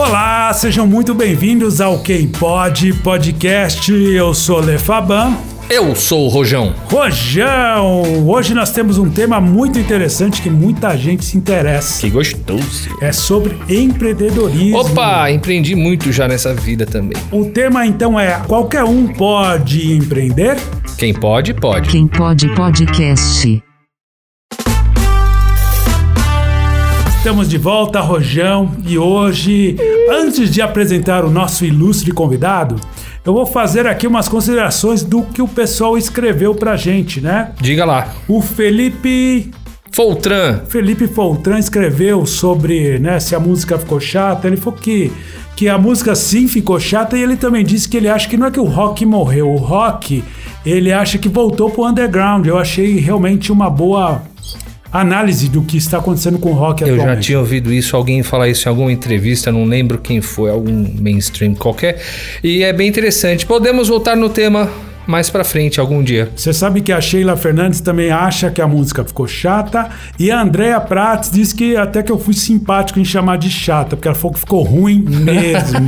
Olá, sejam muito bem-vindos ao Quem Pode Podcast. Eu sou Lefaban. Eu sou o Rojão. Rojão! Hoje nós temos um tema muito interessante que muita gente se interessa. Que gostoso. É sobre empreendedorismo. Opa, empreendi muito já nessa vida também. O tema então é: qualquer um pode empreender? Quem pode, pode. Quem Pode Podcast. Estamos de volta, Rojão, e hoje, antes de apresentar o nosso ilustre convidado, eu vou fazer aqui umas considerações do que o pessoal escreveu pra gente, né? Diga lá. O Felipe Foltran escreveu sobre, né, se a música ficou chata. Ele falou que a música sim ficou chata, e ele também disse que ele acha que não é que o rock morreu. O rock, ele acha que voltou pro underground. Eu achei realmente uma boa análise do que está acontecendo com o rock atualmente. Eu já tinha ouvido isso, alguém falar isso em alguma entrevista, não lembro quem foi, algum mainstream qualquer, e é bem interessante. Podemos voltar no tema mais pra frente, algum dia. Você sabe que a Sheila Fernandes também acha que a música ficou chata, e a Andrea Prats diz que até que eu fui simpático em chamar de chata, porque ela falou que ficou ruim mesmo.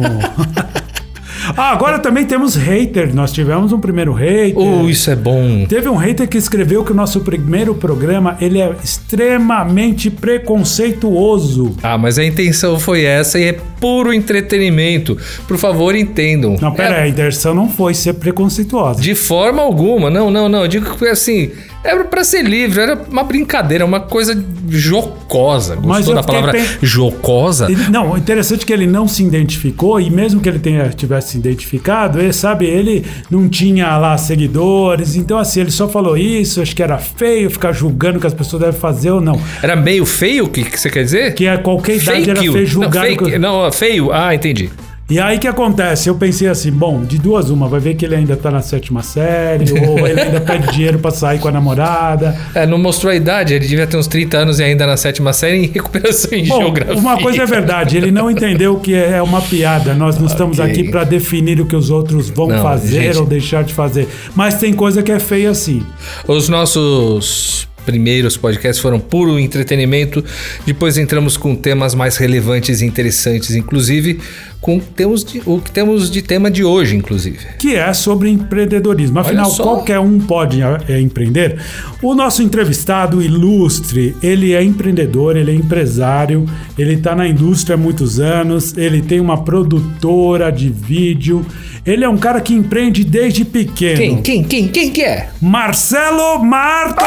Agora também temos hater. Nós tivemos um primeiro hater. Isso é bom. Teve um hater que escreveu que o nosso primeiro programa, ele é extremamente preconceituoso. Mas a intenção foi essa e é puro entretenimento. Por favor, entendam. Não, pera aí, a intenção não foi ser preconceituosa. De forma alguma, não. Eu digo que assim, era pra ser livre, era uma brincadeira, uma coisa jocosa. Gostou da palavra jocosa? Não, interessante que ele não se identificou, e mesmo que ele tivesse se identificado, ele não tinha lá seguidores, então assim, ele só falou isso, acho que era feio ficar julgando o que as pessoas devem fazer ou não. Era meio feio, o que você quer dizer? Que a qualquer idade era feio julgar. Não, feio, entendi. E aí, o que acontece? Eu pensei assim, bom, de duas uma, vai ver que ele ainda tá na 7ª série, ou ele ainda pede dinheiro pra sair com a namorada. Não mostrou a idade, ele devia ter uns 30 anos e ainda na 7ª série em recuperação em geografia. Uma coisa é verdade, ele não entendeu que é uma piada. Nós não estamos aqui pra definir o que os outros vão fazer ou deixar de fazer. Mas tem coisa que é feia assim. Os nossos primeiros podcasts foram puro entretenimento, depois entramos com temas mais relevantes e interessantes, inclusive com o que temos de tema de hoje, inclusive. Que é sobre empreendedorismo. Afinal, qualquer um pode empreender. O nosso entrevistado ilustre, ele é empreendedor, ele é empresário, ele está na indústria há muitos anos, ele tem uma produtora de vídeo, ele é um cara que empreende desde pequeno. Quem que é? Marcelo Marto!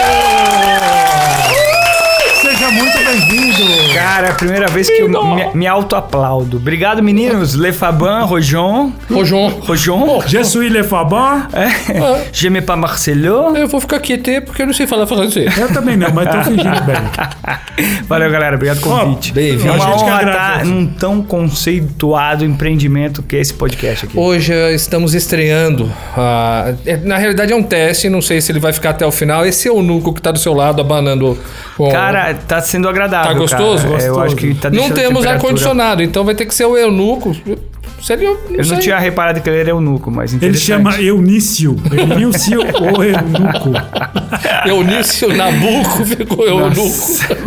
Seja muito bem-vindo. Cara, é a primeira vez que eu me auto-aplaudo. Obrigado, meninos. Lefaban, Rojon. Je suis Lefaban. Je me pas Marcelo. Eu vou ficar quieto porque eu não sei falar francês. Eu também não, mas tô fingindo bem. Valeu, galera. Obrigado pelo convite. Bem-vindo. É uma honra estar num tão conceituado empreendimento que é esse podcast aqui. Hoje estamos estreando. Na realidade é um teste, não sei se ele vai ficar até o final. Esse eunuco que tá do seu lado abanando. Cara, tá sendo agradável. Tá gostoso? Cara. Eu acho que tá deixando. Não temos ar-condicionado, então vai ter que ser o eunuco. Eu não tinha reparado que ele era eunuco, mas interessante. Ele chama Eunício. Eunício ou eunuco. Eunício Nabuco ficou eunuco.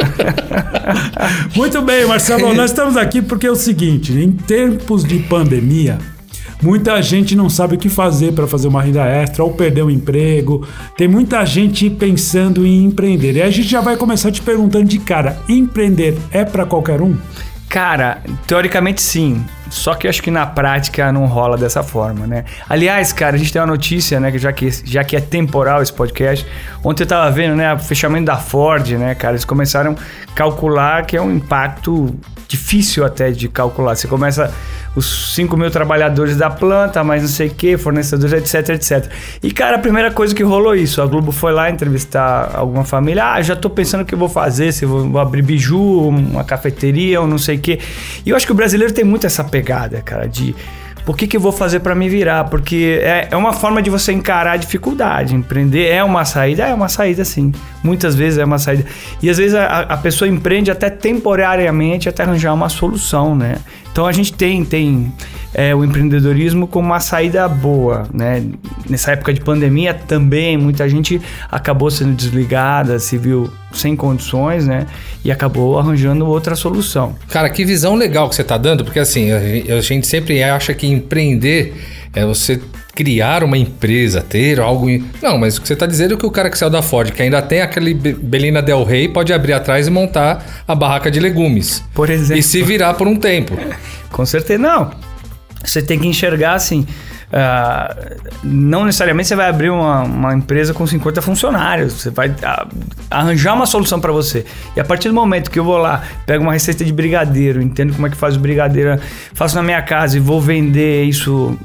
Muito bem, Marcelo. Nós estamos aqui porque é o seguinte: em tempos de pandemia, muita gente não sabe o que fazer para fazer uma renda extra ou perder o emprego. Tem muita gente pensando em empreender. E a gente já vai começar te perguntando de cara: empreender é para qualquer um? Cara, teoricamente sim. Só que eu acho que na prática não rola dessa forma, né? Aliás, cara, a gente tem uma notícia, né? Já que é temporal esse podcast. Ontem eu tava vendo, né? O fechamento da Ford, né, cara? Eles começaram a calcular que é um impacto difícil até de calcular. Você começa os 5 mil trabalhadores da planta, mais não sei o que, fornecedores, etc. E, cara, a primeira coisa que rolou isso. A Globo foi lá entrevistar alguma família. Já tô pensando o que eu vou fazer. Se eu vou abrir biju, uma cafeteria ou não sei o que. E eu acho que o brasileiro tem muito essa pegada, cara, de por que eu vou fazer para me virar? Porque é uma forma de você encarar a dificuldade. Empreender é uma saída? É uma saída, sim. Muitas vezes é uma saída. E às vezes a pessoa empreende até temporariamente, até arranjar uma solução, né? Então a gente tem o empreendedorismo como uma saída boa, né? Nessa época de pandemia também muita gente acabou sendo desligada, se viu sem condições, né? E acabou arranjando outra solução. Cara, que visão legal que você tá dando, porque assim, a gente sempre acha que empreender é você criar uma empresa, ter algo... Não, mas o que você tá dizendo é que o cara que saiu da Ford, que ainda tem aquele Belina Del Rey, pode abrir atrás e montar a barraca de legumes. Por exemplo. E se virar por um tempo. Com certeza, não. Você tem que enxergar assim... não necessariamente você vai abrir uma empresa com 50 funcionários. Você vai arranjar uma solução para você. E a partir do momento que eu vou lá, pego uma receita de brigadeiro, entendo como é que faz o brigadeiro, faço na minha casa e vou vender isso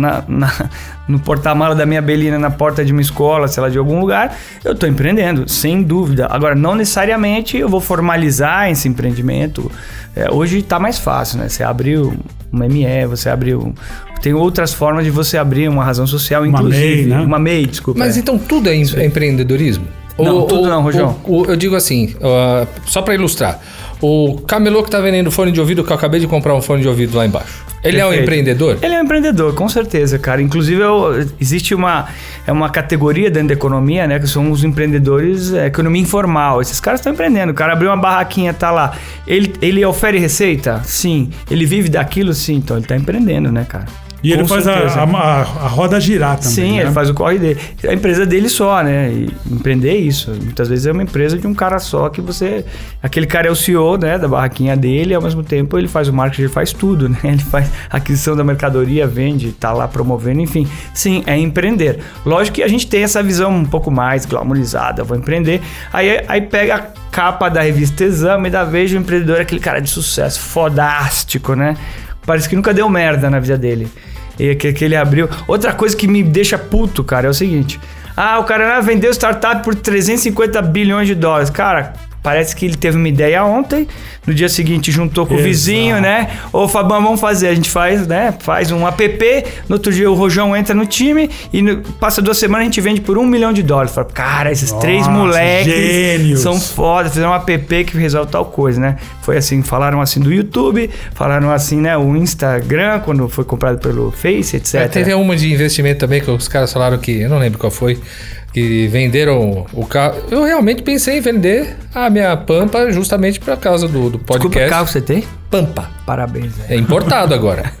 no porta-mala da minha Belina, na porta de uma escola, sei lá, de algum lugar, eu estou empreendendo, sem dúvida. Agora, não necessariamente eu vou formalizar esse empreendimento. Hoje está mais fácil, né? Você abriu uma ME, você abriu... Tem outras formas de você abrir uma razão social, inclusive. Uma MEI, né? Uma MEI, desculpa. Mas então tudo é empreendedorismo? Não, tudo não, Rojão. Eu digo assim, só para ilustrar. O camelô que tá vendendo fone de ouvido, que eu acabei de comprar um fone de ouvido lá embaixo. Ele é um empreendedor? Ele é um empreendedor, com certeza, cara. Inclusive, existe uma categoria dentro da economia, né? Que são os empreendedores, economia informal. Esses caras estão empreendendo. O cara abriu uma barraquinha, tá lá. Ele ofere receita? Sim. Ele vive daquilo? Sim. Então, ele tá empreendendo, né, cara? E ele faz a roda girar também. Sim, né? Ele faz o corre dele. A empresa dele só, né? E empreender é isso. Muitas vezes é uma empresa de um cara só que você... Aquele cara é o CEO, né? Da barraquinha dele e ao mesmo tempo ele faz o marketing, ele faz tudo, né? Ele faz a aquisição da mercadoria, vende, tá lá promovendo, enfim. Sim, é empreender. Lógico que a gente tem essa visão um pouco mais glamourizada. Vou empreender. Aí pega a capa da revista Exame e da Veja, o empreendedor é aquele cara de sucesso, fodástico, né? Parece que nunca deu merda na vida dele. E que ele abriu. Outra coisa que me deixa puto, cara, é o seguinte. O cara vendeu startup por 350 bilhões de dólares. Cara, parece que ele teve uma ideia ontem. No dia seguinte juntou com o vizinho, né? Ô, Fabão, vamos fazer. A gente faz, né? Faz um app. No outro dia o Rojão entra no time. E passa 2 semanas a gente vende por $1 milhão. Fala, cara, esses 3 moleques gênios. São foda. Fizeram um app que resolve tal coisa, né? Foi assim, falaram assim do YouTube. Falaram assim, né? O Instagram, quando foi comprado pelo Face, etc. Teve uma de investimento também que os caras falaram que... Eu não lembro qual foi. Que venderam o carro. Eu realmente pensei em vender a minha Pampa justamente por causa do podcast. Desculpa, que carro você tem? Pampa. Parabéns. É importado agora.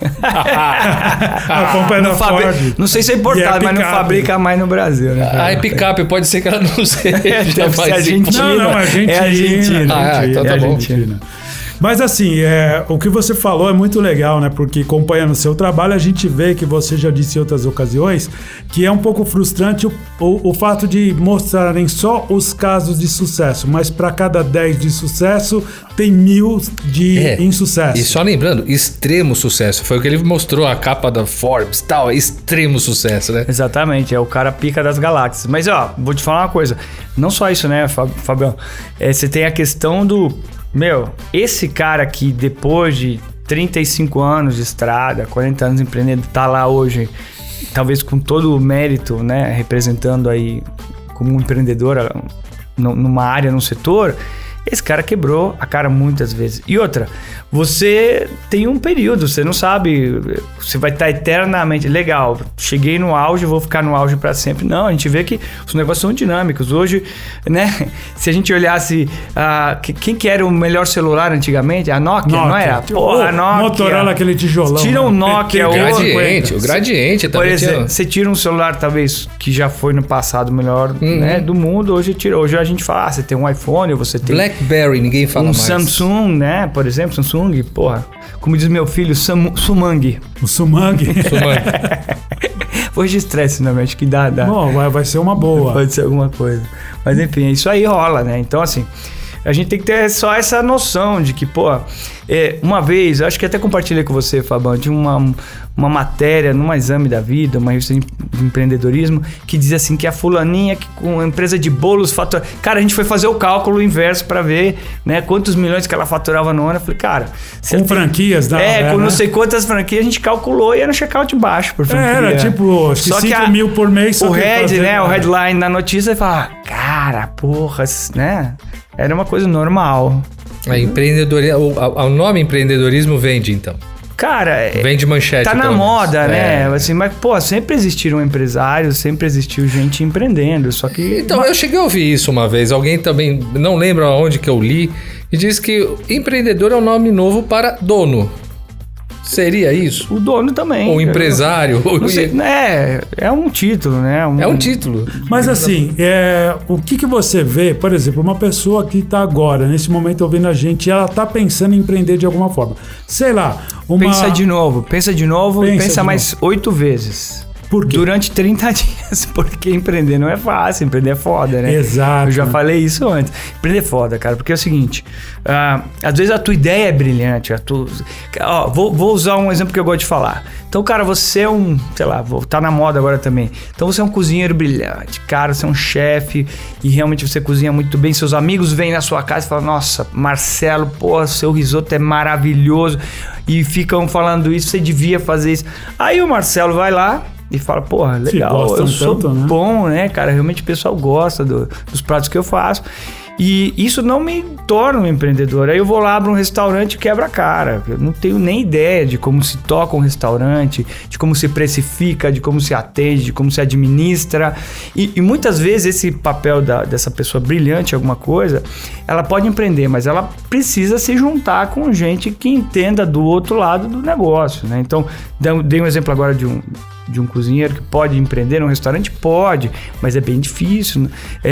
A Pampa é da Ford. Não sei se é importado, mas não fabrica mais no Brasil, né? A picape pode ser que ela não seja. Deve ser Argentina. Não, Argentina. É Argentina. Então tá bom. Mas assim, o que você falou é muito legal, né? Porque acompanhando o seu trabalho, a gente vê que você já disse em outras ocasiões que é um pouco frustrante o fato de mostrarem só os casos de sucesso, mas para cada 10 de sucesso, tem 1000 de insucesso. E só lembrando, extremo sucesso. Foi o que ele mostrou, a capa da Forbes e tal, extremo sucesso, né? Exatamente, é o cara pica das galáxias. Mas, vou te falar uma coisa. Não só isso, né, Fabião? Você tem a questão do... esse cara que depois de 35 anos de estrada, 40 anos empreendendo, tá lá hoje, talvez com todo o mérito, né, representando aí como um empreendedor numa área, num setor, esse cara quebrou a cara muitas vezes. E outra, você tem um período, você não sabe, você vai estar eternamente, legal, cheguei no auge, vou ficar no auge para sempre. Não, a gente vê que os negócios são dinâmicos. Hoje, né, se a gente olhasse quem que era o melhor celular antigamente, a Nokia, não era? Porra, a Nokia. Motorola, aquele tijolão. Tira um Nokia, o Gradiente também. Por exemplo, você tira um celular, talvez, que já foi no passado o melhor, né, do mundo, hoje a gente fala, você tem um iPhone, você tem... BlackBerry, ninguém fala mais. Samsung, né? Por exemplo, Samsung, porra. Como diz meu filho, Sumang. O Sumang. Vou registrar esse nome, acho que dá. Bom, vai ser uma boa. Pode ser alguma coisa. Mas enfim, isso aí rola, né? Então, assim, a gente tem que ter só essa noção de que, uma vez, eu acho que até compartilhei com você, Fabão, de uma matéria numa Exame da Vida, uma revista de empreendedorismo, que dizia assim que a fulaninha que com a empresa de bolos fatura... Cara, a gente foi fazer o cálculo inverso para ver, né, quantos milhões que ela faturava no ano. Eu falei, cara... Com franquias, com não sei quantas franquias, a gente calculou e era no checkout baixo por franquia. Era tipo, acho que 5 mil por mês. O headline da notícia, fala, cara, porra, né? Era uma coisa normal. O nome empreendedorismo vende, então. cara... Vem de manchete. Tá na moda, né? Assim, mas, pô, sempre existiram empresários, sempre existiu gente empreendendo, só que... Então, eu cheguei a ouvir isso uma vez. Alguém também, não lembro aonde que eu li, e diz que empreendedor é um nome novo para dono. Seria isso? O dono também. Ou empresário. Não sei, é um título, né? É um título. Mas assim, o que você vê, por exemplo, uma pessoa que está agora, nesse momento, ouvindo a gente, ela está pensando em empreender de alguma forma. Sei lá, Pensa de novo e pensa mais 8 vezes. Por quê? Durante 30 dias, porque empreender não é fácil, empreender é foda, né? Exato. Eu já falei isso antes. Empreender é foda, cara, porque é o seguinte, às vezes a tua ideia é brilhante, vou usar um exemplo que eu gosto de falar. Então, cara, você é tá na moda agora também. Então você é um cozinheiro brilhante, cara, você é um chefe e realmente você cozinha muito bem. Seus amigos vêm na sua casa e falam, nossa, Marcelo, pô, seu risoto é maravilhoso. E ficam falando isso, você devia fazer isso. Aí o Marcelo vai lá e fala, porra, legal, eu sou bom, né, cara? Realmente o pessoal gosta dos pratos que eu faço. E isso não me torna um empreendedor. Aí eu vou lá, abro um restaurante e quebra a cara. Eu não tenho nem ideia de como se toca um restaurante, de como se precifica, de como se atende, de como se administra. E muitas vezes esse papel dessa pessoa brilhante em alguma coisa, ela pode empreender, mas ela precisa se juntar com gente que entenda do outro lado do negócio, né? Então, dei um exemplo agora de um cozinheiro que pode empreender num restaurante? Pode, mas é bem difícil.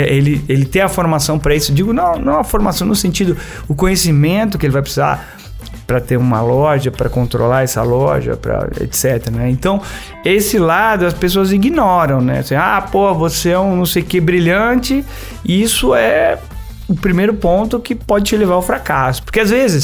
Ele ter a formação para isso. Digo, não a formação no sentido, o conhecimento que ele vai precisar para ter uma loja, para controlar essa loja, etc, né? Então, esse lado as pessoas ignoram, né? Assim, você é um não sei o que brilhante, e isso é o primeiro ponto que pode te levar ao fracasso. Porque às vezes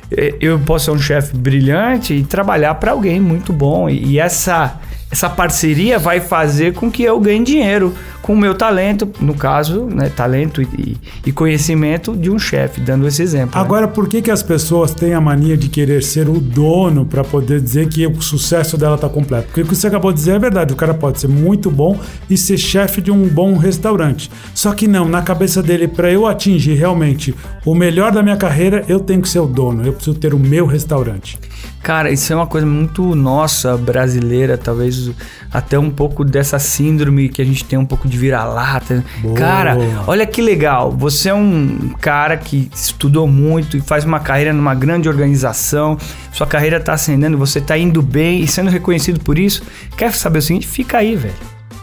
eu posso ser um chefe brilhante e trabalhar para alguém muito bom, e essa parceria vai fazer com que eu ganhe dinheiro com o meu talento, no caso, né, talento e conhecimento de um chefe, dando esse exemplo. Agora, por que as pessoas têm a mania de querer ser o dono para poder dizer que o sucesso dela está completo? Porque o que você acabou de dizer é verdade, o cara pode ser muito bom e ser chefe de um bom restaurante. Só que não, na cabeça dele, para eu atingir realmente o melhor da minha carreira, eu tenho que ser o dono, eu preciso ter o meu restaurante. Cara, isso é uma coisa muito nossa, brasileira, talvez até um pouco dessa síndrome que a gente tem um pouco de vira-lata. Boa. Cara, olha que legal, você é um cara que estudou muito e faz uma carreira numa grande organização, sua carreira tá ascendendo, você tá indo bem e sendo reconhecido por isso. Quer saber o seguinte? Fica aí, velho.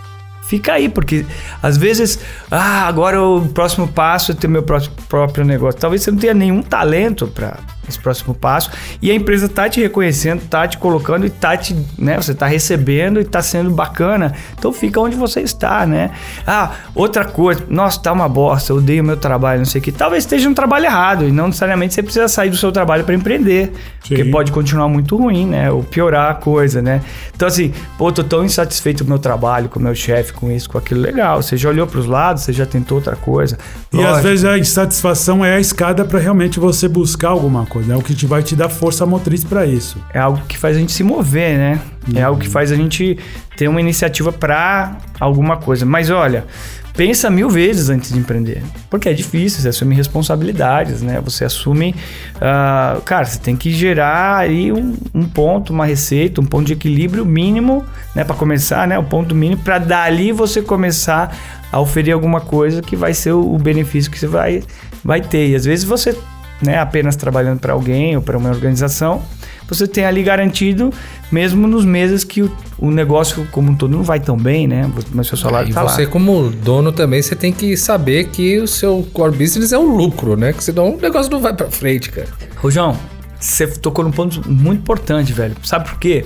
Fica aí, porque às vezes, agora o próximo passo é ter meu próprio negócio. Talvez você não tenha nenhum talento para esse próximo passo e a empresa tá te reconhecendo, tá te colocando e você tá recebendo e tá sendo bacana. Então fica onde você está, né? Outra coisa, nossa, tá uma bosta, eu odeio meu trabalho, não sei o que. Talvez esteja um trabalho errado e não necessariamente você precisa sair do seu trabalho para empreender. Sim. Porque pode continuar muito ruim, né? Ou piorar a coisa, né? Então assim, tô tão insatisfeito com o meu trabalho, com o meu chefe, com isso, com aquilo, legal. Você já olhou para os lados, você já tentou outra coisa. E lógico, às vezes a insatisfação é a escada para realmente você buscar alguma coisa. É o que vai te dar força motriz para isso. É algo que faz a gente se mover, né? É algo que faz a gente ter uma iniciativa para alguma coisa. Mas olha, pensa 1000 vezes antes de empreender. Porque é difícil, você assume responsabilidades, né? Você assume... cara, você tem que gerar aí um ponto, uma receita, um ponto de equilíbrio mínimo, né? Para começar, né? O ponto mínimo, para dali você começar a oferir alguma coisa que vai ser o benefício que você vai ter. E às vezes você, né, apenas trabalhando para alguém ou para uma organização, você tem ali garantido, mesmo nos meses que o negócio como um todo não vai tão bem, né? Mas seu salário está lá. E você como dono também, você tem que saber que o seu core business é o lucro, né? Que senão o negócio não vai para frente, cara. Rojão, você tocou num ponto muito importante, velho. Sabe por quê?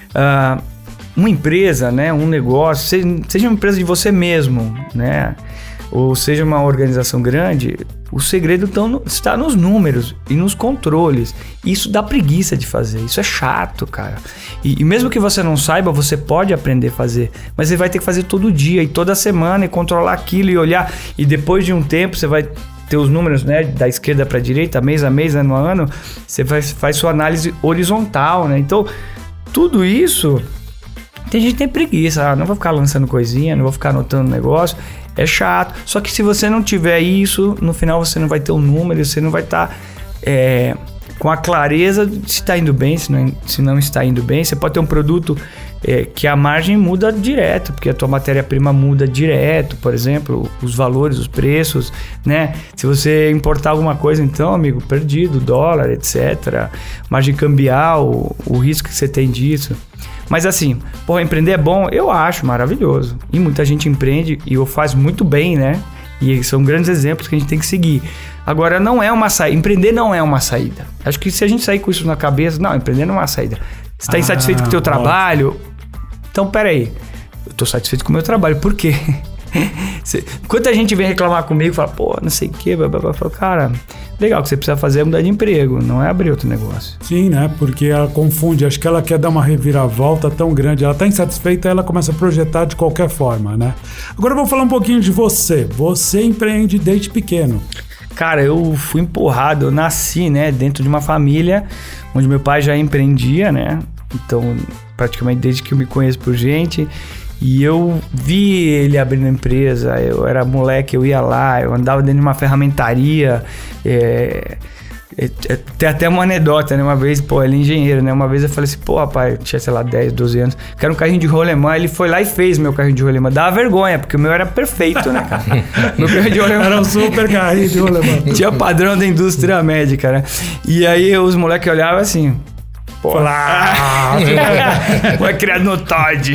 Uma empresa, né? Um negócio, seja uma empresa de você mesmo, né? Ou seja uma organização grande, o segredo está nos números e nos controles. Isso dá preguiça de fazer, isso é chato, cara. E mesmo que você não saiba, você pode aprender a fazer, mas você vai ter que fazer todo dia e toda semana e controlar aquilo e olhar. E depois de um tempo você vai ter os números, né, da esquerda para a direita, mês a mês, ano a ano, você faz sua análise horizontal, né? Então, tudo isso, tem gente que tem preguiça, não vou ficar lançando coisinha, não vou ficar anotando negócio. É chato, só que se você não tiver isso, no final você não vai ter um número, você não vai estar com a clareza de se está indo bem, se não está indo bem. Você pode ter um produto que a margem muda direto, porque a tua matéria-prima muda direto, por exemplo, os valores, os preços, né? Se você importar alguma coisa, então, amigo, perdido, dólar, etc. Margem cambial, o risco que você tem disso. Mas assim, empreender é bom? Eu acho maravilhoso. E muita gente empreende e o faz muito bem, né? E são grandes exemplos que a gente tem que seguir. Agora, não é uma saída. Empreender não é uma saída. Acho que se a gente sair com isso na cabeça, não, empreender não é uma saída. Você está insatisfeito com o teu trabalho? Então, peraí. Eu estou satisfeito com o meu trabalho. Por quê? Quanta gente vem reclamar comigo e fala, não sei o quê. Eu falo, cara, legal, o que você precisa fazer é mudar de emprego, não é abrir outro negócio. Sim, né? Porque ela confunde. Acho que ela quer dar uma reviravolta tão grande. Ela está insatisfeita, ela começa a projetar de qualquer forma, né? Agora eu vou falar um pouquinho de você. Você empreende desde pequeno. Cara, eu fui empurrado, eu nasci, né, dentro de uma família onde meu pai já empreendia, né? Então, praticamente desde que eu me conheço por gente, e eu vi ele abrindo a empresa, eu era moleque, eu ia lá, eu andava dentro de uma ferramentaria, tem até uma anedota, né? Uma vez, ele é engenheiro, né? Uma vez eu falei assim, rapaz, eu tinha, sei lá, 10, 12 anos, quero um carrinho de rolemã. Ele foi lá e fez meu carrinho de rolemã. Dava vergonha, porque o meu era perfeito, né, cara? Meu carrinho de rolemã era um super carrinho de rolemã. Tinha padrão da indústria médica, né? E aí os moleques olhavam assim... Foi criado no Todd.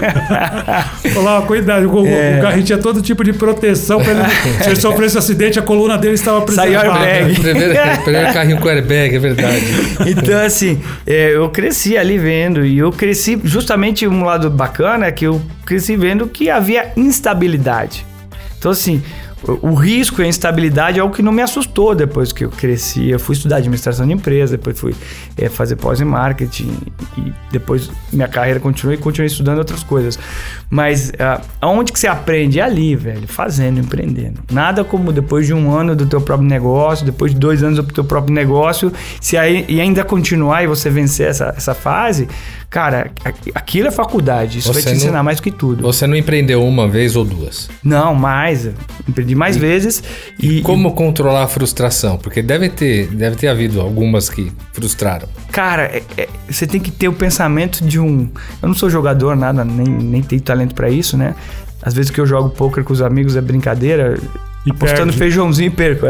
Cuidado, o carrinho tinha todo tipo de proteção pra ele, se ele sofresse um acidente, a coluna dele estava preservada. Saiu airbag. Primeiro carrinho com airbag, é verdade. Então, assim, eu cresci ali vendo, e eu cresci justamente um lado bacana, que eu cresci vendo que havia instabilidade. Então, assim, o risco e a instabilidade é o que não me assustou depois que eu cresci. Eu fui estudar administração de empresa, depois fui fazer pós em marketing, e depois minha carreira continuei estudando outras coisas. Mas aonde que você aprende? É ali, velho, fazendo, empreendendo. Nada como depois de 1 ano do teu próprio negócio, depois de 2 anos do teu próprio negócio, e ainda continuar e você vencer essa fase, cara, aquilo é faculdade. Isso vai te ensinar mais do que tudo. Você não empreendeu uma vez ou duas? Não, mais. Empreendi mais vezes. E como controlar a frustração? Porque deve ter havido algumas que frustraram. Cara, você tem que ter o pensamento de um... Eu não sou jogador, nada, nem tenho talento pra isso, né? Às vezes que eu jogo poker com os amigos é brincadeira... Apostando feijãozinho e perco,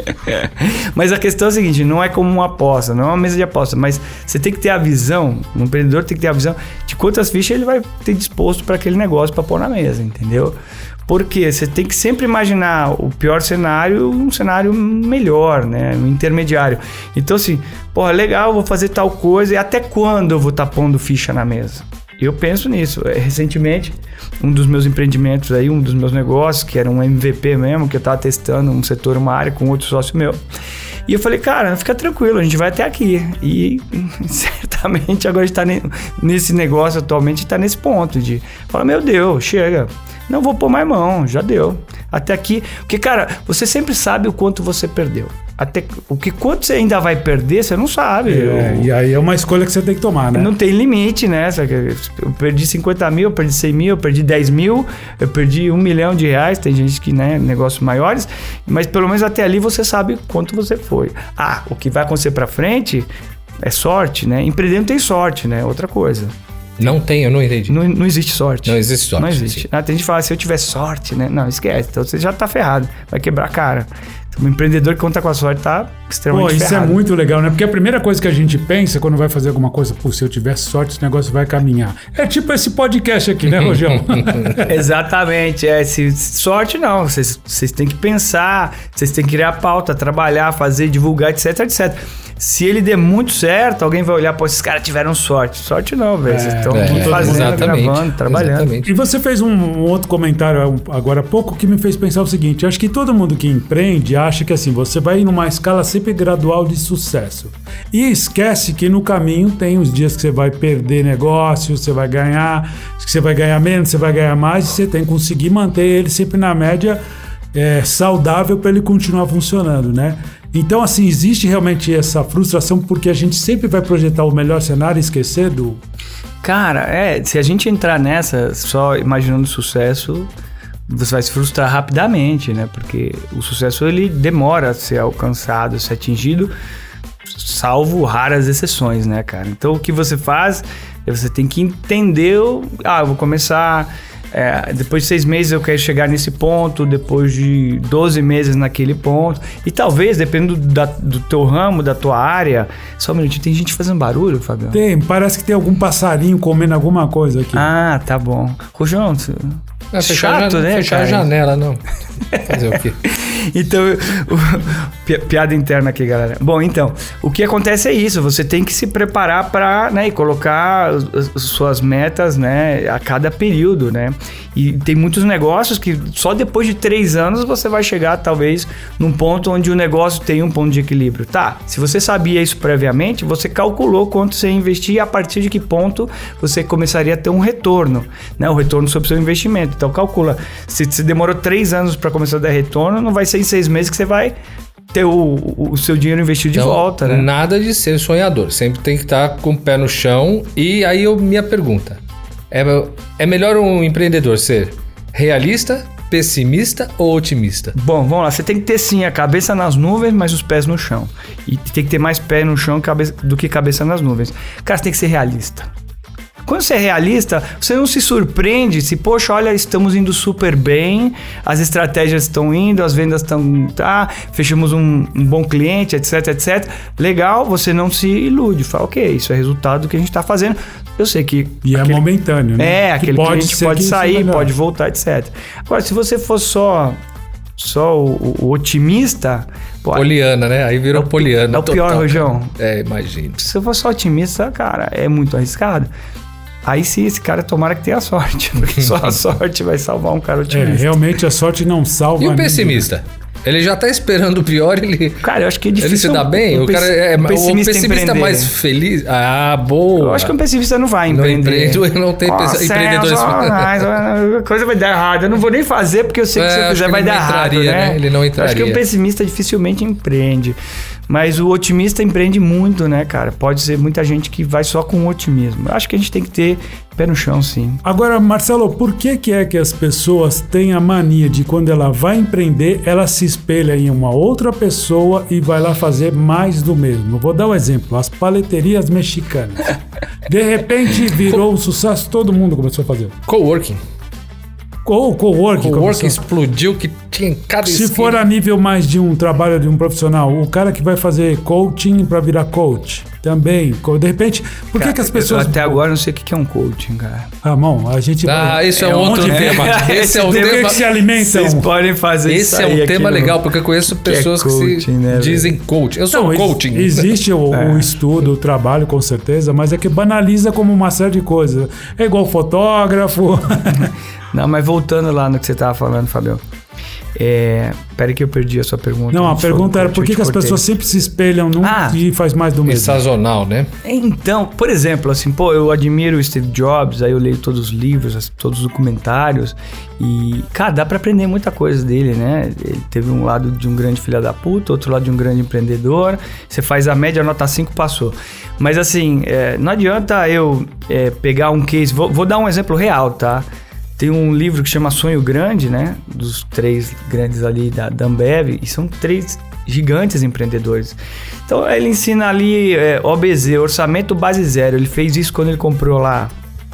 Mas a questão é a seguinte, não é como uma aposta, não é uma mesa de aposta, mas você tem que ter a visão, um empreendedor tem que ter a visão de quantas fichas ele vai ter disposto para aquele negócio para pôr na mesa, entendeu? Porque você tem que sempre imaginar o pior cenário e um cenário melhor, né? Um intermediário. Então assim, legal, vou fazer tal coisa, e até quando eu vou estar pondo ficha na mesa? Eu penso nisso. Recentemente, um dos meus empreendimentos aí, um dos meus negócios, que era um MVP mesmo, que eu estava testando um setor, uma área com outro sócio meu. E eu falei, cara, fica tranquilo, a gente vai até aqui. E certamente agora a gente está nesse negócio atualmente, está nesse ponto de falar, meu Deus, chega, não vou pôr mais mão, já deu. Até aqui, porque, cara, você sempre sabe o quanto você perdeu. Até quanto você ainda vai perder, você não sabe. E aí é uma escolha que você tem que tomar, né? Não tem limite, né? Eu perdi 50 mil, eu perdi 100 mil, eu perdi 10 mil, eu perdi R$1 milhão. Tem gente que, né, negócios maiores, mas pelo menos até ali você sabe quanto você foi. O que vai acontecer pra frente é sorte, né? Empreender não tem sorte, né? Outra coisa. Não tem, eu não entendi. Não existe sorte. Não existe sorte. Não existe. Tem gente que fala, se eu tiver sorte, né? Não, esquece. Então você já tá ferrado. Vai quebrar a cara. Então, um empreendedor que conta com a sorte tá extremamente ferrado. Isso é muito legal, né? Porque a primeira coisa que a gente pensa quando vai fazer alguma coisa, se eu tiver sorte, esse negócio vai caminhar. É tipo esse podcast aqui, né, Rogério? Exatamente. Sorte não. Vocês têm que pensar, vocês têm que criar pauta, trabalhar, fazer, divulgar, etc, etc. Se ele der muito certo, alguém vai olhar, esses caras tiveram sorte. Sorte não, velho. Vocês estão fazendo, gravando, trabalhando. Exatamente. E você fez um outro comentário agora há pouco que me fez pensar o seguinte, acho que todo mundo que empreende acha que assim, você vai numa escala sempre gradual de sucesso. E esquece que no caminho tem os dias que você vai perder negócio, você vai ganhar, você vai ganhar menos, você vai ganhar mais, e você tem que conseguir manter ele sempre na média saudável para ele continuar funcionando, né? Então, assim, existe realmente essa frustração porque a gente sempre vai projetar o melhor cenário e esquecer do... Cara, se a gente entrar nessa só imaginando sucesso, você vai se frustrar rapidamente, né? Porque o sucesso, ele demora a ser alcançado, a ser atingido. salvo raras exceções, né, cara? Então, o que você faz é você tem que entender... eu vou começar... depois de 6 meses eu quero chegar nesse ponto, depois de 12 meses naquele ponto. E talvez, dependendo do teu ramo, da tua área... Só um minutinho, tem gente fazendo barulho, Fabião? Tem, parece que tem algum passarinho comendo alguma coisa aqui. Ah, tá bom. Rojão, chato, né, fechar cara? a janela, não. Fazer o quê? Então, piada interna aqui, galera. Bom, então, o que acontece é isso. Você tem que se preparar para, né, e colocar as suas metas, né, a cada período, né? E tem muitos negócios que só depois de 3 anos você vai chegar, talvez, num ponto onde o negócio tem um ponto de equilíbrio. Tá, se você sabia isso previamente, você calculou quanto você ia investir e a partir de que ponto você começaria a ter um retorno, né? O retorno sobre o seu investimento. Então, calcula. Se demorou 3 anos para começar a dar retorno, não vai ser em 6 meses que você vai ter o seu dinheiro investido de volta, né? Nada de ser sonhador. Sempre tem que estar com o pé no chão. E aí, minha pergunta. É melhor um empreendedor ser realista, pessimista ou otimista? Bom, vamos lá. Você tem que ter, sim, a cabeça nas nuvens, mas os pés no chão. E tem que ter mais pé no chão do que cabeça nas nuvens. Cara, você tem que ser realista. Quando você é realista, você não se surpreende se, poxa, olha, estamos indo super bem, as estratégias estão indo, as vendas estão... fechamos um bom cliente, etc, etc. Legal, você não se ilude. Fala, ok, isso é resultado do que a gente está fazendo. Eu sei que... E é momentâneo, né? Aquele cliente pode sair, pode voltar, etc. Agora, se você for só o otimista... Poliana, né? Aí virou poliana. É o pior, Rojão. Imagino. Se você for só otimista, cara, é muito arriscado. Aí sim, esse cara tomara que tenha sorte, porque só a sorte vai salvar um cara otimista. Realmente a sorte não salva. E o pessimista? Ele já tá esperando o pior, ele... Cara, eu acho que é difícil... Ele se dá bem? O pessimista é mais feliz? Boa! Eu acho que um pessimista não vai empreender. Não tem empreendedores... A coisa vai dar errado. Eu não vou nem fazer, porque eu sei que se eu fizer vai dar errado, né? Ele não entraria. Eu acho que o pessimista dificilmente empreende. Mas o otimista empreende muito, né, cara? Pode ser muita gente que vai só com otimismo. Eu acho que a gente tem que ter pé no chão, sim. Agora, Marcelo, por que é que as pessoas têm a mania de, quando ela vai empreender, ela se espelha em uma outra pessoa e vai lá fazer mais do mesmo? Vou dar um exemplo. As paleterias mexicanas. De repente, virou um sucesso, todo mundo começou a fazer. Coworking. Coworking explodiu, que tinha em cada esquina. Se for a nível mais de um trabalho de um profissional, o cara que vai fazer coaching para virar coach, também, de repente, por que as pessoas... Até agora não sei o que é um coaching, cara. Bom, a gente... Isso é outro tema. Esse é um tema que se alimentam. Vocês podem fazer isso. Esse é um tema legal, porque eu conheço pessoas que se dizem coach. Eu sou coaching. Existe o estudo, o trabalho, com certeza, mas é que banaliza como uma série de coisas. É igual fotógrafo. Não, mas voltando lá no que você estava falando, Fabião. Peraí que eu perdi a sua pergunta. Não, a pergunta era por que as pessoas sempre se espelham num e faz mais do mesmo. Sazonal, né? Então, por exemplo, assim, eu admiro o Steve Jobs, aí eu leio todos os livros, todos os documentários e, cara, dá pra aprender muita coisa dele, né? Ele teve um lado de um grande filho da puta, outro lado de um grande empreendedor. Você faz a média, nota 5, passou. Mas assim, não adianta eu pegar um case... Vou dar um exemplo real, tá? Tem um livro que chama Sonho Grande, né? Dos 3 grandes ali da Ambev. E são 3 gigantes empreendedores. Então, ele ensina ali OBZ, Orçamento Base Zero. Ele fez isso quando ele comprou lá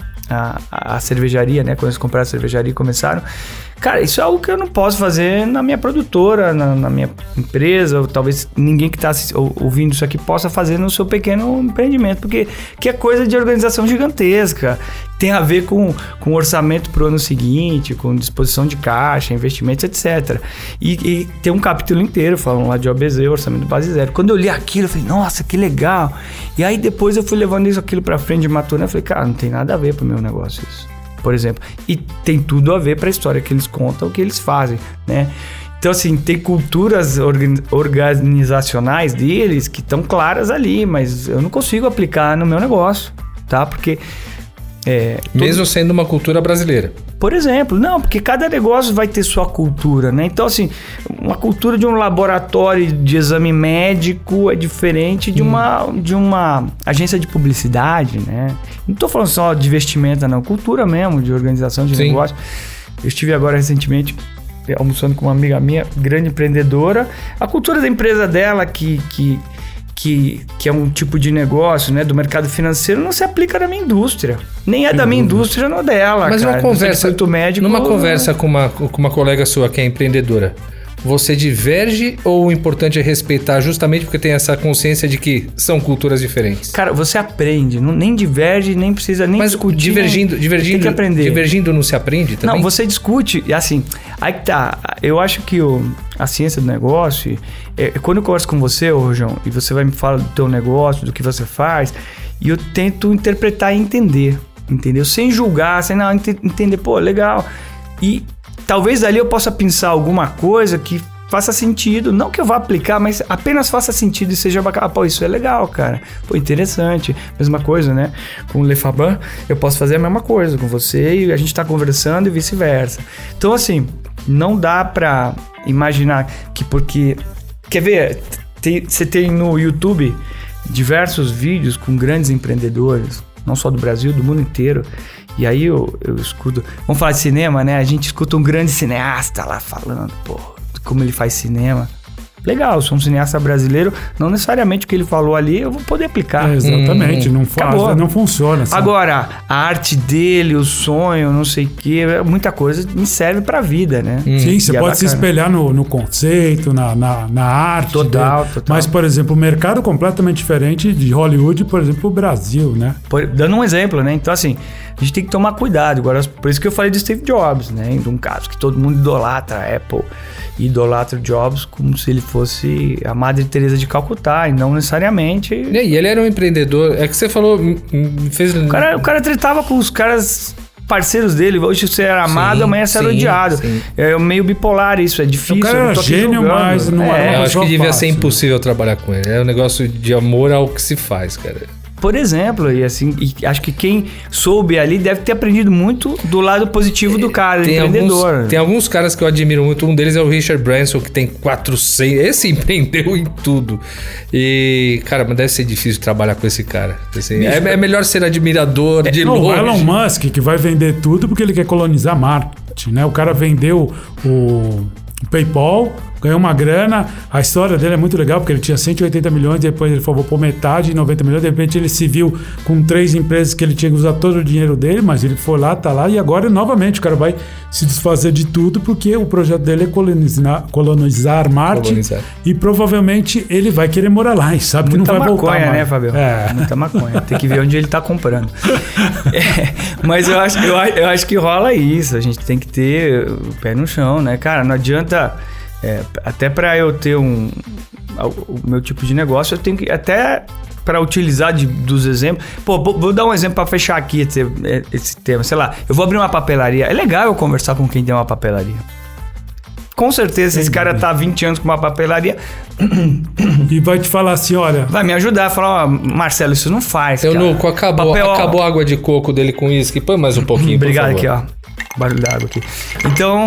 a cervejaria, né? Quando eles compraram a cervejaria e começaram. Cara, isso é algo que eu não posso fazer na minha produtora, na minha empresa, ou talvez ninguém que está ouvindo isso aqui possa fazer no seu pequeno empreendimento, porque que é coisa de organização gigantesca. Tem a ver com orçamento para o ano seguinte, com disposição de caixa, investimentos, etc. E tem um capítulo inteiro falando lá de OBZ, Orçamento Base Zero. Quando eu li aquilo, eu falei, nossa, que legal. E aí depois eu fui levando aquilo para frente de maturando, eu falei, cara, não tem nada a ver para o meu negócio isso, por exemplo. E tem tudo a ver para a história que eles contam, o que eles fazem, né? Então, assim, tem culturas organizacionais deles que estão claras ali, mas eu não consigo aplicar no meu negócio, tá? Porque... mesmo sendo uma cultura brasileira. Por exemplo, não, porque cada negócio vai ter sua cultura, né? Então, assim, uma cultura de um laboratório de exame médico é diferente de uma agência de publicidade, né? Não tô falando só de vestimenta, não. Cultura mesmo, de organização de negócio. Eu estive agora recentemente almoçando com uma amiga minha, grande empreendedora. A cultura da empresa dela que que é um tipo de negócio, né, do mercado financeiro, não se aplica na minha indústria. Nem é da minha indústria, não é dela, mas cara. Numa conversa com uma colega sua que é empreendedora, você diverge ou o importante é respeitar justamente porque tem essa consciência de que são culturas diferentes? Cara, você aprende, nem diverge, nem precisa nem discutir. Tem que aprender. Divergindo não se aprende também? Não, você discute, assim, aí que tá, eu acho que a ciência do negócio, quando eu converso com você, Rojão, e você vai me falar do teu negócio, do que você faz, e eu tento interpretar e entender, entendeu? Sem julgar, sem não, entender, pô, legal. E talvez dali eu possa pensar alguma coisa que faça sentido, não que eu vá aplicar, mas apenas faça sentido e seja bacana. Pô, isso é legal, cara. Pô, interessante. Mesma coisa, né? Com o Le Faban, eu posso fazer a mesma coisa com você e a gente tá conversando e vice-versa. Então, assim, não dá pra imaginar que porque... Quer ver? Você tem no YouTube diversos vídeos com grandes empreendedores, não só do Brasil, do mundo inteiro. E aí eu escuto... Vamos falar de cinema, né? A gente escuta um grande cineasta lá falando, pô, como ele faz cinema. Legal, eu sou um cineasta brasileiro, não necessariamente o que ele falou ali eu vou poder aplicar. Exatamente, não funciona. Assim. Agora, a arte dele, o sonho, não sei o que, muita coisa me serve pra vida, né? Sim, você pode se espelhar no conceito, na arte. Total. Mas, por exemplo, o mercado completamente diferente de Hollywood, por exemplo, o Brasil, né? Dando um exemplo, né? Então, assim, a gente tem que tomar cuidado. Agora, por isso que eu falei de Steve Jobs, né? De um caso que todo mundo idolatra a Apple, idolatra o Jobs como se ele fosse a Madre Teresa de Calcutá, e não necessariamente... E ele era um empreendedor, é que você falou... O cara tretava com os caras parceiros dele, hoje você era amado, amanhã você era odiado. Sim. É meio bipolar isso, é difícil. O cara era gênio, mas não eu acho que devia ser impossível trabalhar com ele. É um negócio de amor ao que se faz, cara. Por exemplo, e assim, e acho que quem soube ali deve ter aprendido muito do lado positivo do cara, do empreendedor. Tem alguns caras que eu admiro muito, um deles é o Richard Branson, que tem 400... Esse empreendeu em tudo. E, cara, mas deve ser difícil trabalhar com esse cara. Assim, é melhor ser admirador de longe. O Elon Musk, que vai vender tudo porque ele quer colonizar Marte, né? O cara vendeu o PayPal, ganhou uma grana. A história dele é muito legal, porque ele tinha 180 milhões, depois ele falou, pôr metade, 90 milhões, de repente ele se viu com 3 empresas que ele tinha que usar todo o dinheiro dele, mas ele foi lá, tá lá, e agora novamente o cara vai se desfazer de tudo, porque o projeto dele é colonizar Marte, e provavelmente ele vai querer morar lá, e sabe que não vai voltar mais. Muita maconha, né, Fabio? Muita maconha, tem que ver onde ele tá comprando. Mas eu acho que rola isso, a gente tem que ter o pé no chão, né, cara? Não adianta... até para eu ter o meu tipo de negócio, eu tenho que até para utilizar dos exemplos. Pô, vou dar um exemplo para fechar aqui esse tema. Sei lá, eu vou abrir uma papelaria. É legal eu conversar com quem tem uma papelaria. Com certeza, esse cara tá há 20 anos com uma papelaria e vai te falar assim, olha... Vai me ajudar, falar, Marcelo, isso não faz, cara. Nuco, acabou a água de coco dele com uísque. Põe mais um pouquinho, obrigado, por favor. Aqui, ó. Barulho da água aqui. Então,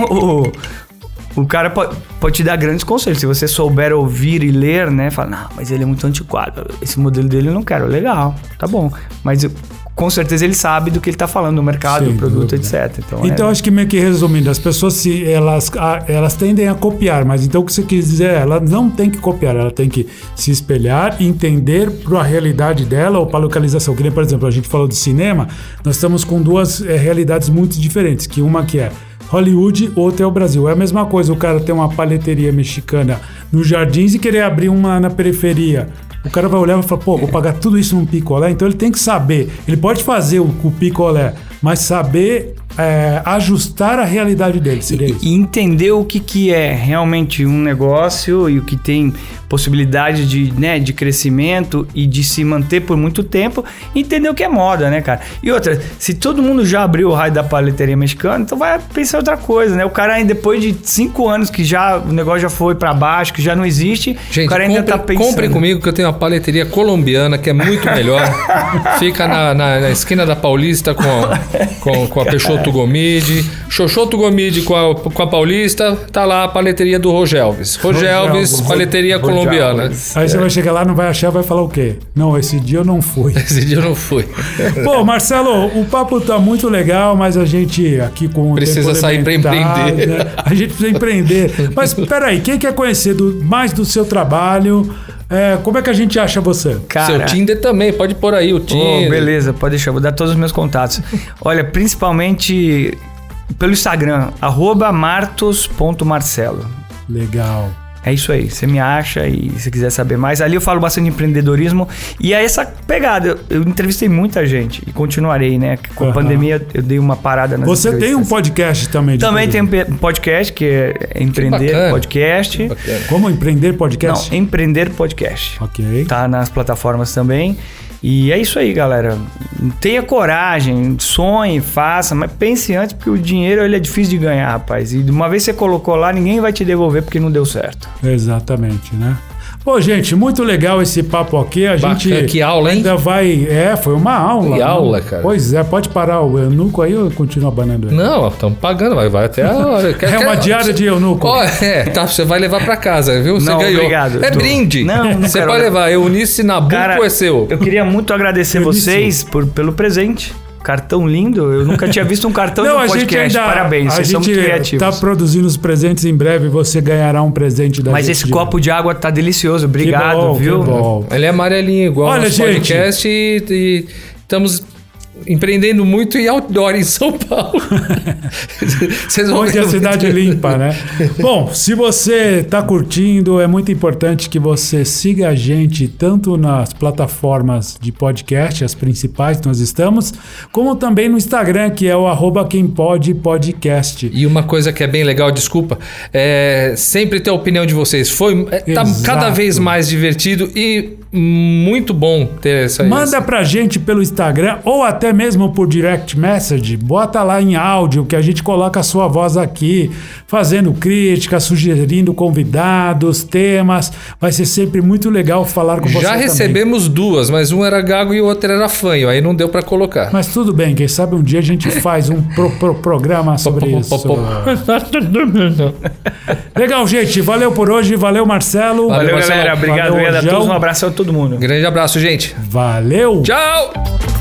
o cara pode te dar grandes conselhos. Se você souber ouvir e ler, né? Fala, não, mas ele é muito antiquado. Esse modelo dele eu não quero. Legal, tá bom. Mas com certeza ele sabe do que ele tá falando, do mercado, do produto, etc. Então acho que meio que resumindo, as pessoas, elas tendem a copiar, mas então o que você quis dizer é, ela não tem que copiar, ela tem que se espelhar, entender para a realidade dela ou para a localização. Que nem, por exemplo, a gente falou de cinema, nós estamos com duas realidades muito diferentes, que uma que é Hollywood, outra é o Brasil. É a mesma coisa, o cara tem uma palheteria mexicana nos Jardins e querer abrir uma na periferia. O cara vai olhar e vai falar, pô, vou pagar tudo isso num picolé. Então ele tem que saber, ele pode fazer o picolé, mas saber ajustar a realidade dele. Seria isso. E entender o que é realmente um negócio e o que tem possibilidade de crescimento e de se manter por muito tempo, entender o que é moda, né, cara? E outra, se todo mundo já abriu o raio da palheteria mexicana, então vai pensar outra coisa, né? O cara ainda, depois de 5 anos que o negócio já foi pra baixo, que já não existe, gente, o cara ainda tá pensando. Comprem comigo que eu tenho uma palheteria colombiana que é muito melhor. Fica na esquina da Paulista com a Peixoto Gomide. Xoxoto Gomide com a Paulista, tá lá a palheteria do Rogelvis. Rogelvis, palheteria colombiana. Aí você vai chegar lá, não vai achar, vai falar o quê? Não, esse dia eu não fui. Esse dia eu não fui. Pô, Marcelo, o papo tá muito legal, mas a gente aqui com o precisa sair para empreender. Né? A gente precisa empreender. Mas peraí, quem quer conhecer mais do seu trabalho, Como é que a gente acha você? Cara, seu Tinder também, pode pôr aí o Tinder. Beleza, pode deixar, vou dar todos os meus contatos. Olha, principalmente pelo Instagram, @martos.marcelo. Legal. É isso aí, você me acha e se quiser saber mais. Ali eu falo bastante de empreendedorismo e é essa pegada. Eu entrevistei muita gente e continuarei, né? Com a pandemia eu dei uma parada nas Você tem um podcast também? Também tem um podcast que é Empreender Podcast. Como Empreender Podcast? Não, Empreender Podcast. Ok. Tá nas plataformas também. E é isso aí, galera. Tenha coragem, sonhe, faça, mas pense antes, porque o dinheiro ele é difícil de ganhar, rapaz. E de uma vez que você colocou lá, ninguém vai te devolver porque não deu certo. Exatamente, né? Pô, gente, muito legal esse papo aqui. A gente que aula, hein? Ainda vai... foi uma aula. Que aula, cara. Pois é, pode parar o eunuco aí ou continua abanando ele? Não, estamos pagando, vai até a hora. Uma diária de eunuco. Tá, você vai levar pra casa, viu? Você não, ganhou. Obrigado. Brinde. Não você pode levar. Eunice Nabuco é seu. Eu queria muito agradecer vocês pelo presente. Cartão lindo, eu nunca tinha visto um cartão de um podcast. Parabéns, vocês são muito criativos. A gente tá produzindo os presentes em breve, você ganhará um presente da gente. Mas esse copo de água tá delicioso, obrigado, viu? Que bom. Ele é amarelinho, igual ao nosso podcast e estamos empreendendo muito em outdoor em São Paulo. Vocês vão ver a cidade limpa, né? Bom, se você está curtindo, é muito importante que você siga a gente tanto nas plataformas de podcast, as principais que nós estamos, como também no Instagram, que é o @quempodepodcast. E uma coisa que é bem legal, desculpa, sempre ter a opinião de vocês. Tá cada vez mais divertido e muito bom ter essa... Manda pra gente pelo Instagram ou até mesmo por direct message, bota lá em áudio que a gente coloca a sua voz aqui, fazendo críticas, sugerindo convidados, temas. Vai ser sempre muito legal falar com você. Já recebemos também. 2, mas um era gago e o outro era fanho, aí não deu pra colocar. Mas tudo bem, quem sabe um dia a gente faz um programa sobre isso. Legal, gente, valeu por hoje, valeu Marcelo. Valeu galera, obrigado, valeu, a todos, um abraço a todo mundo. Grande abraço, gente. Valeu. Tchau.